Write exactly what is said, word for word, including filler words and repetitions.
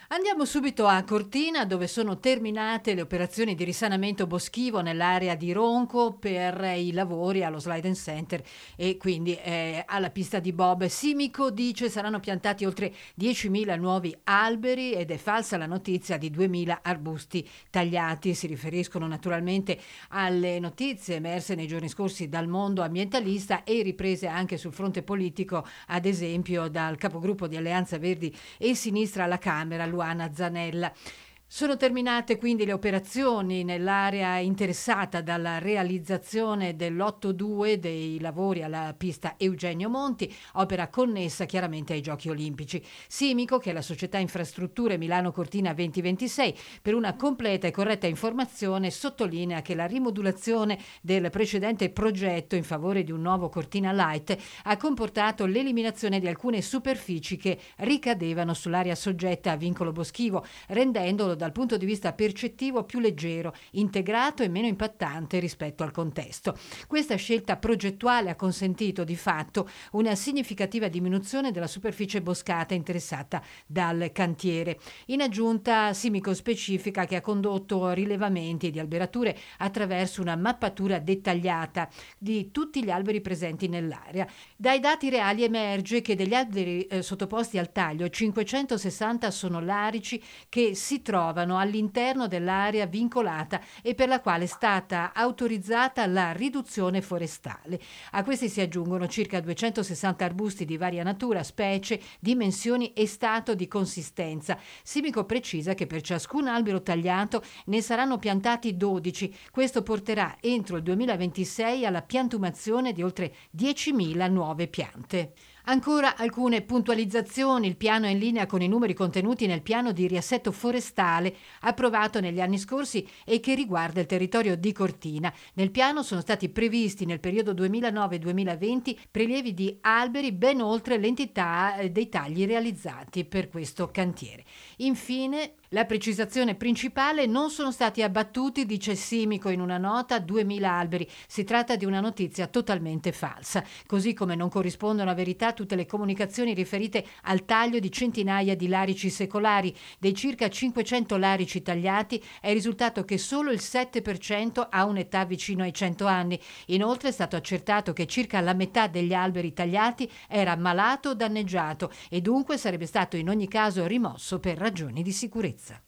Andiamo subito a Cortina, dove sono terminate le operazioni di risanamento boschivo nell'area di Ronco per i lavori allo Slide Center e quindi eh, alla pista di bob. Simico dice saranno piantati oltre diecimila nuovi alberi ed è falsa la notizia di duemila arbusti tagliati. Si riferiscono naturalmente alle notizie emerse nei giorni scorsi dal mondo ambientalista e riprese anche sul fronte politico, ad esempio dal capogruppo di Alleanza Verdi e Sinistra alla Camera, Luana Zanella. Sono terminate quindi le operazioni nell'area interessata dalla realizzazione dell'otto due dei lavori alla pista Eugenio Monti, opera connessa chiaramente ai Giochi Olimpici. Simico, che è la società infrastrutture Milano Cortina duemilaventisei, per una completa e corretta informazione sottolinea che la rimodulazione del precedente progetto in favore di un nuovo Cortina Light ha comportato l'eliminazione di alcune superfici che ricadevano sull'area soggetta a vincolo boschivo, rendendolo dal punto di vista percettivo più leggero, integrato e meno impattante rispetto al contesto. Questa scelta progettuale ha consentito di fatto una significativa diminuzione della superficie boscata interessata dal cantiere. In aggiunta, Simico specifica che ha condotto rilevamenti di alberature attraverso una mappatura dettagliata di tutti gli alberi presenti nell'area. Dai dati reali emerge che degli alberi eh, sottoposti al taglio, cinquecentosessanta sono larici che si trovano all'interno dell'area vincolata e per la quale è stata autorizzata la riduzione forestale. A questi si aggiungono circa duecentosessanta arbusti di varia natura, specie, dimensioni e stato di consistenza. Simico precisa che per ciascun albero tagliato ne saranno piantati dodici. Questo porterà entro il duemilaventisei alla piantumazione di oltre diecimila nuove piante. Ancora alcune puntualizzazioni. Il piano è in linea con i numeri contenuti nel piano di riassetto forestale approvato negli anni scorsi e che riguarda il territorio di Cortina. Nel piano sono stati previsti nel periodo duemilanove duemilaventi prelievi di alberi ben oltre l'entità dei tagli realizzati per questo cantiere. Infine, la precisazione principale: non sono stati abbattuti, dice Simico in una nota, duemila alberi. Si tratta di una notizia totalmente falsa, così come non corrispondono a verità tutte le comunicazioni riferite al taglio di centinaia di larici secolari. Dei circa cinquecento larici tagliati è risultato che solo il sette per cento ha un'età vicino ai cento anni. Inoltre è stato accertato che circa la metà degli alberi tagliati era malato o danneggiato e dunque sarebbe stato in ogni caso rimosso per ragioni di sicurezza.